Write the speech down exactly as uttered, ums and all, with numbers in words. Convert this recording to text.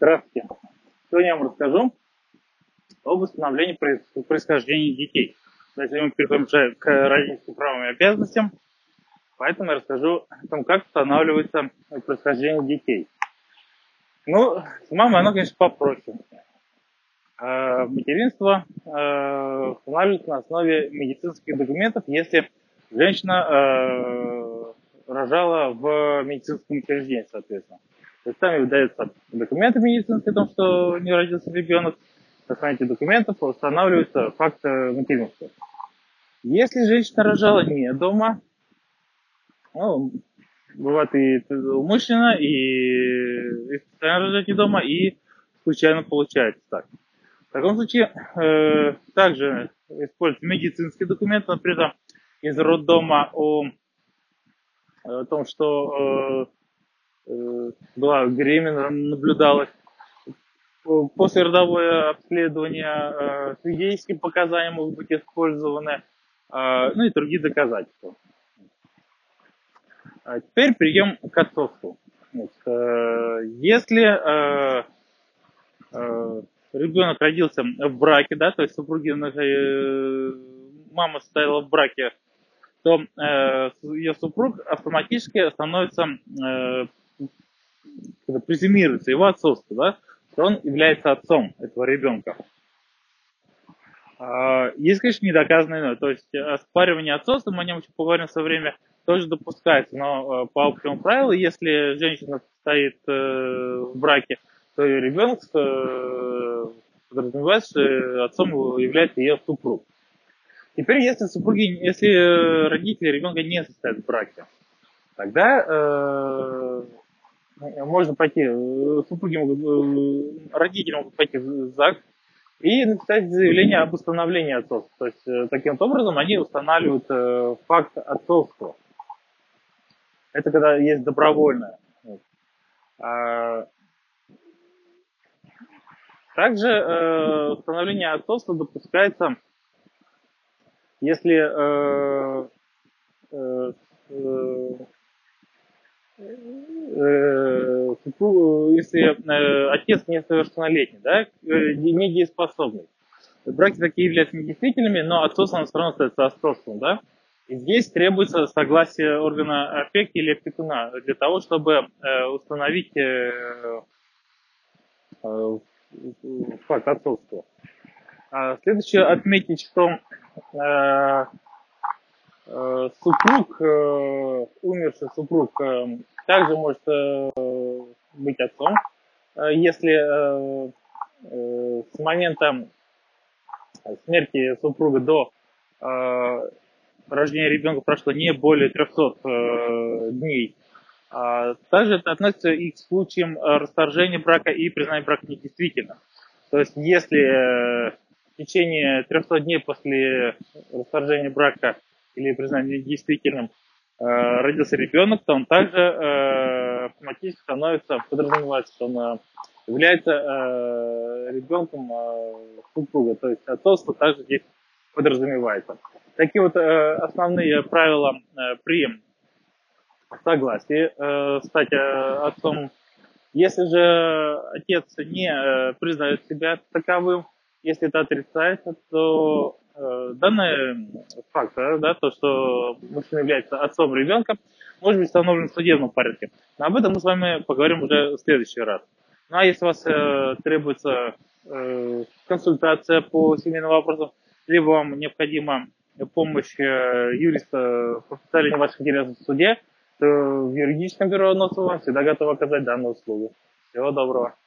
Здравствуйте. Сегодня я вам расскажу об установлении происхождения детей. Если мы переходим уже к родительским правам и обязанностям, поэтому я расскажу о том, как устанавливается происхождение детей. Ну, с мамой оно, конечно, попроще. Материнство устанавливается на основе медицинских документов, если женщина рожала в медицинском учреждении, соответственно. То есть там выдаются документы медицинские о том, что не родился ребенок. На основании этих документов устанавливается факт материнства. Если женщина рожала не дома, ну, бывает и умышленно, и, и специально рожать не дома, и случайно получается так. В таком случае э, также используются медицинские документы, например, из роддома о, о том, что э, э, была беременна, наблюдалась. Послеродовое обследование, э, свидетельские показания могут быть использованы, э, ну и другие доказательства. А теперь перейдем к отцовству. Вот, э, если э, э, ребенок родился в браке, да, то есть супруги, э, мама состояла в браке, то э, ее супруг автоматически становится, э, презюмируется его отцовство, да, что он является отцом этого ребенка. Есть, конечно, недоказанное, то есть оспаривание отцовства, мы о нем еще поговорим в свое время, тоже допускается, но по общему правилу, если женщина стоит в браке, то ее ребенок подразумевает, что отцом является ее супруг. Теперь, если супруги, если родители ребенка не состоят в браке, тогда э, можно пойти, супруги могут, родители могут пойти в ЗАГС и написать заявление об установлении отцовства. То есть э, таким образом они устанавливают э, факт отцовства. Это когда есть добровольное. А, также э, установление отцовства допускается, если э, э, э, если э, отец несовершеннолетний, да, недееспособный. Браки такие являются недействительными, но отцовством все равно остается отцовством, да. И здесь требуется согласие органа опеки или опекуна для того, чтобы э, установить э, э, факт отцовства. А следующее отметить, что э, э, супруг, э, умерший супруг, э, также может э, быть отцом, э, если э, э, с момента смерти супруга до э, рождения ребенка прошло не более трехсот э, дней. А также это относится и к случаям расторжения брака и признания брака недействительным. То есть, если э, в течение трехсот дней после расторжения брака или признания недействительным э, родился ребенок, то он также э, автоматически становится, подразумевается, что он э, является э, ребенком э, супруга. То есть отцовство также здесь подразумевается. Такие вот э, основные правила э, при согласии э, стать э, отцом. Если же отец не э, признает себя таковым, если это отрицается, то э, данный факт, да, то, что мужчина является отцом ребенка, может быть установлен в судебном порядке. Но об этом мы с вами поговорим уже в следующий раз. Ну а если у вас э, требуется э, консультация по семейным вопросам, либо вам необходима помощь э, юриста по представлению ваших интересов в суде, то в юридическом бюро Носова всегда готов оказать данную услугу. Всего доброго.